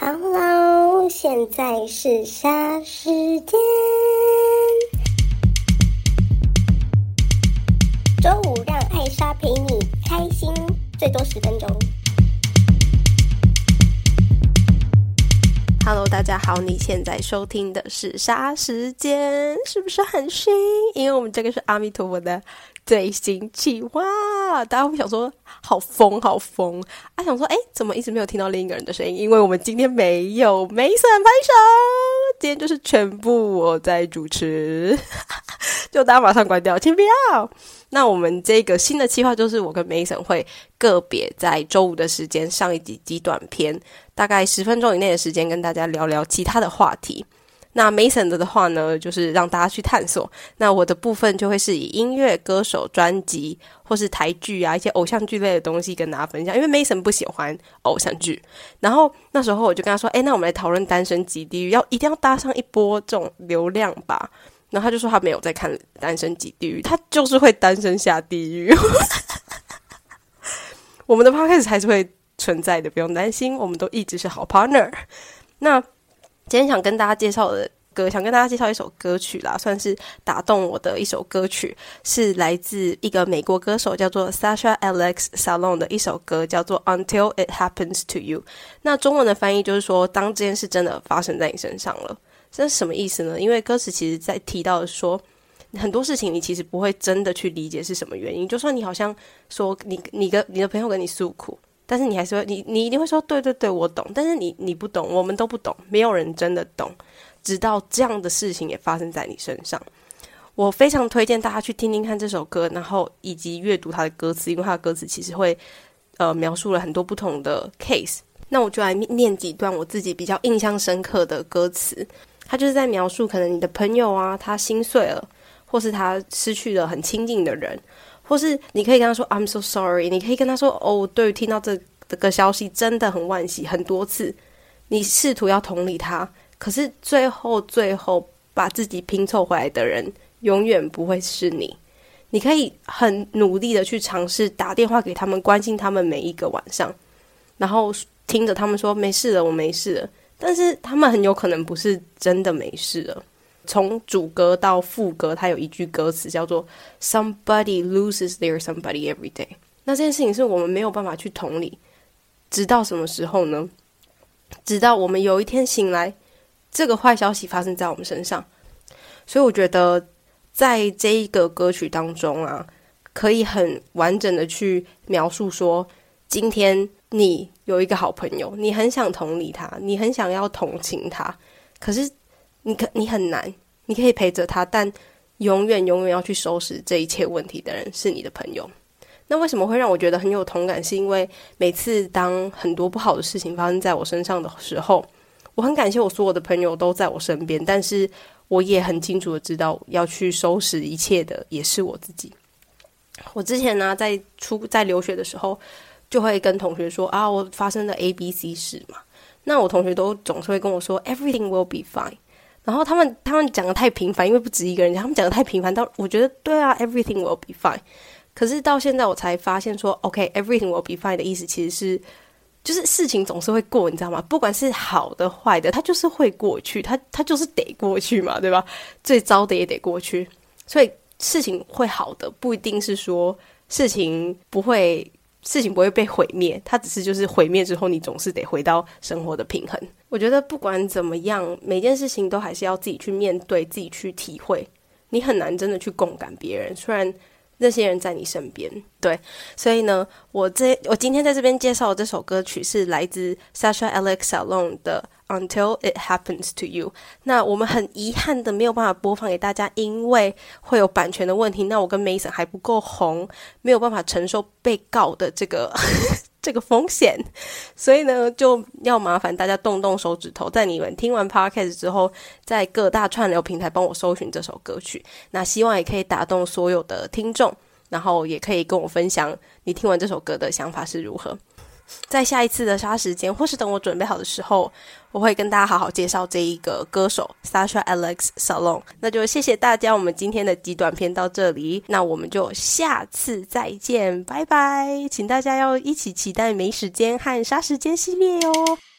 Hello， 现在是啥时间？周五让艾莎陪你开心，最多10分钟。 Hello， 大家好，你现在收听的是啥时间？是不是很新？因为我们这个是阿弥陀佛的最新企划，大家会想说好疯好疯啊，想说怎么一直没有听到另一个人的声音？因为我们今天没有 Mason 拍手，今天就是全部我在主持就大家马上关掉，请不要。那我们这个新的企划就是我跟 Mason 会个别在周五的时间上一集短片，大概10分钟以内的时间跟大家聊聊其他的话题。那 Mason 的话呢，就是让大家去探索。那我的部分就会是以音乐、歌手、专辑或是台剧啊，一些偶像剧类的东西跟大家分享。因为 Mason 不喜欢偶像剧，然后那时候我就跟他说，那我们来讨论单身即地狱，一定要搭上一波这种流量吧。然后他就说他没有在看单身即地狱，他就是会单身下地狱。我们的 podcast 还是会存在的，不用担心，我们都一直是好 partner。那今天想跟大家介绍一首歌曲啦，算是打动我的一首歌曲，是来自一个美国歌手叫做 Sasha Alex Salon 的一首歌，叫做 Until It Happens to You。 那中文的翻译就是说，当这件事真的发生在你身上了。这是什么意思呢？因为歌词其实在提到说，很多事情你其实不会真的去理解是什么原因，就算你好像说你的朋友跟你诉苦，但是你还是会你一定会说对对对我懂，但是你不懂，我们都不懂，没有人真的懂，直到这样的事情也发生在你身上。我非常推荐大家去听听看这首歌，然后以及阅读它的歌词，因为它的歌词其实会描述了很多不同的 case。 那我就来念几段我自己比较印象深刻的歌词。他就是在描述可能你的朋友啊，他心碎了，或是他失去了很亲近的人，或是你可以跟他说 I'm so sorry， 你可以跟他说对，听到这个消息真的很惋惜，很多次你试图要同理他，可是最后把自己拼凑回来的人永远不会是你。你可以很努力的去尝试打电话给他们，关心他们每一个晚上，然后听着他们说没事了，我没事了，但是他们很有可能不是真的没事了。从主歌到副歌，它有一句歌词叫做 Somebody loses their somebody every day。 那这件事情是我们没有办法去同理，直到什么时候呢？直到我们有一天醒来，这个坏消息发生在我们身上。所以我觉得在这一个歌曲当中啊，可以很完整的去描述说，今天你有一个好朋友，你很想同理他，你很想要同情他，可是你很难，你可以陪着他，但永远要去收拾这一切问题的人是你的朋友。那为什么会让我觉得很有同感？是因为每次当很多不好的事情发生在我身上的时候，我很感谢我所有的朋友都在我身边，但是我也很清楚的知道要去收拾一切的也是我自己。我之前呢，在留学的时候就会跟同学说我发生了 ABC 事嘛，那我同学都总是会跟我说 Everything will be fine。然后他们讲的太频繁，因为不止一个人讲，他们讲的太频繁到我觉得对啊 Everything will be fine。 可是到现在我才发现说 OK Everything will be fine 的意思其实是就是事情总是会过，你知道吗？不管是好的坏的，它就是会过去，它就是得过去嘛，对吧？最糟的也得过去，所以事情会好的不一定是说事情不会被毁灭，它只是就是毁灭之后你总是得回到生活的平衡。我觉得不管怎么样，每件事情都还是要自己去面对，自己去体会，你很难真的去共感别人，虽然那些人在你身边。对，所以呢，我今天在这边介绍的这首歌曲是来自 Sasha Alex Salon 的 Until It Happens to You。 那我们很遗憾的没有办法播放给大家，因为会有版权的问题，那我跟 Mason 还不够红，没有办法承受被告的这个这个风险，所以呢就要麻烦大家动手指头，在你们听完 podcast 之后，在各大串流平台帮我搜寻这首歌曲。那希望也可以打动所有的听众，然后也可以跟我分享你听完这首歌的想法是如何。在下一次的杀时间，或是等我准备好的时候，我会跟大家好好介绍这一个歌手 Sasha Alex Salon。 那就谢谢大家，我们今天的极短片到这里，那我们就下次再见，拜拜。请大家要一起期待没时间和杀时间系列哟。